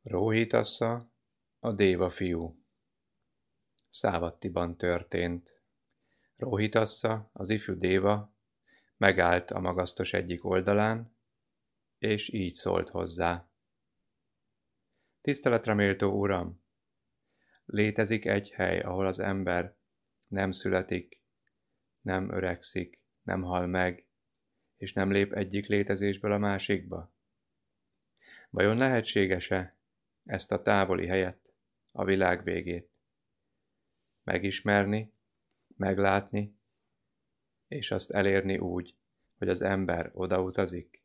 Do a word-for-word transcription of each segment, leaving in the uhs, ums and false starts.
Róhitassa, a Déva fiú. Szávattiban történt. Róhitassa, az ifjú Déva, megállt a magasztos egyik oldalán, és így szólt hozzá. Tiszteletre méltó uram, létezik egy hely, ahol az ember nem születik, nem öregszik, nem hal meg, és nem lép egyik létezésből a másikba? Vajon lehetséges-e ezt a távoli helyet, a világ végét megismerni, meglátni, és azt elérni úgy, hogy az ember odautazik?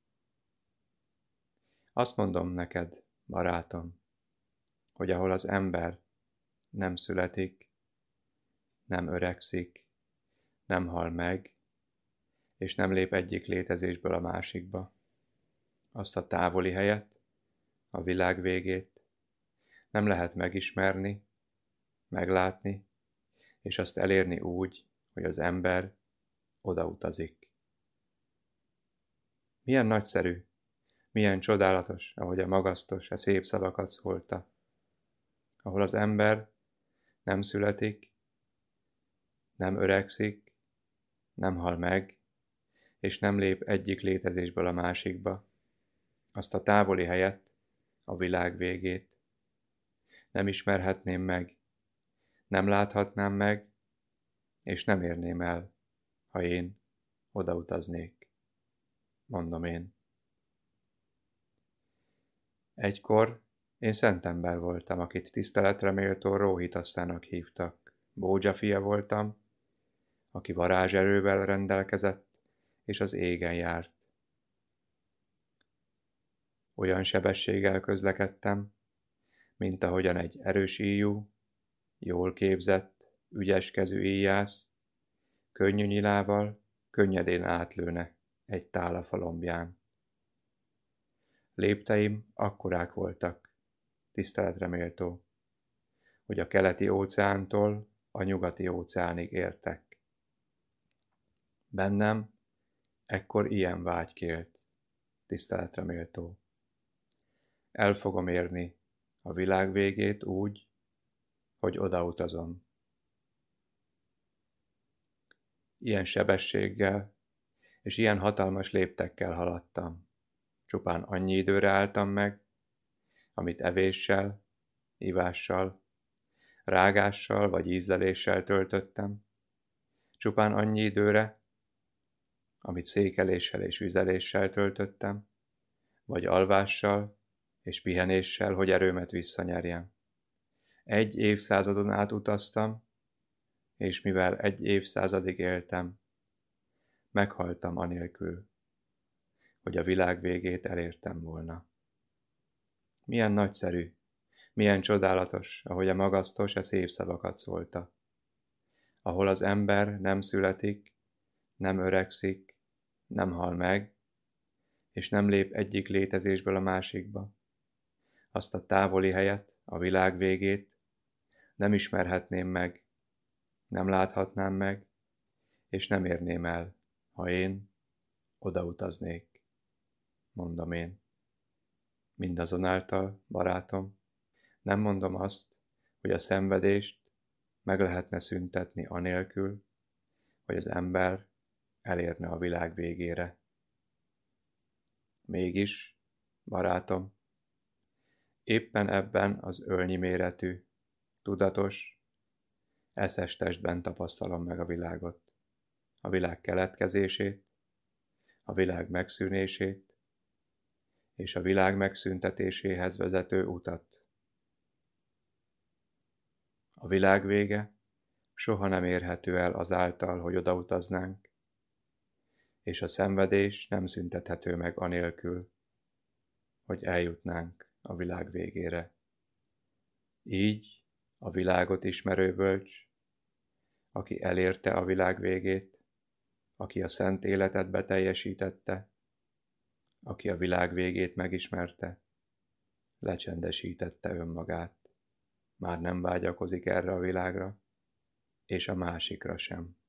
Azt mondom neked, barátom, hogy ahol az ember nem születik, nem öregszik, nem hal meg, és nem lép egyik létezésből a másikba, azt a távoli helyet, a világ végét nem lehet megismerni, meglátni, és azt elérni úgy, hogy az ember odautazik. Milyen nagyszerű, milyen csodálatos, ahogy a magasztos, a szép szavakat szólta. Ahol az ember nem születik, nem öregszik, nem hal meg, és nem lép egyik létezésből a másikba, azt a távoli helyet, a világ végét nem ismerhetném meg, nem láthatnám meg, és nem érném el, ha én odautaznék, mondom én. Egykor én szent ember voltam, akit tiszteletre méltó Róhitasszának hívtak. Bódzsa fia voltam, aki varázserővel rendelkezett, és az égen járt. Olyan sebességgel közlekedtem, mint ahogyan egy erős íjú, jól képzett, ügyes kezű íjász, könnyű nyilával, könnyedén átlőne egy tálafa lombján. Lépteim akkorák voltak, tiszteletre méltó, hogy a keleti óceántól a nyugati óceánig értek. Bennem ekkor ilyen vágy kélt, tiszteletre méltó. El fogom érni a világ végét úgy, hogy odautazom. Ilyen sebességgel és ilyen hatalmas léptekkel haladtam. Csupán annyi időre álltam meg, amit evéssel, ivással, rágással vagy ízleléssel töltöttem. Csupán annyi időre, amit székeléssel és vizeléssel töltöttem, vagy alvással és pihenéssel, hogy erőmet visszanyerjem. Egy évszázadon át utaztam, és mivel egy évszázadig éltem, meghaltam anélkül, hogy a világ végét elértem volna. Milyen nagyszerű, milyen csodálatos, ahogy a magasztos a szép szavakat szólta. Ahol az ember nem születik, nem öregszik, nem hal meg, és nem lép egyik létezésből a másikba, azt a távoli helyet, a világ végét nem ismerhetném meg, nem láthatnám meg, és nem érném el, ha én odautaznék, mondom én. Mindazonáltal, barátom, nem mondom azt, hogy a szenvedést meg lehetne szüntetni anélkül, hogy az ember elérne a világ végére. Mégis, barátom, éppen ebben az ölnyi méretű, tudatos, eszes testben tapasztalom meg a világot, a világ keletkezését, a világ megszűnését, és a világ megszüntetéséhez vezető utat. A világ vége soha nem érhető el azáltal, hogy odautaznánk, és a szenvedés nem szüntethető meg anélkül, hogy eljutnánk a világ végére. Így a világot ismerő bölcs, aki elérte a világ végét, aki a szent életet beteljesítette, aki a világ végét megismerte, lecsendesítette önmagát. Már nem vágyakozik erre a világra, és a másikra sem.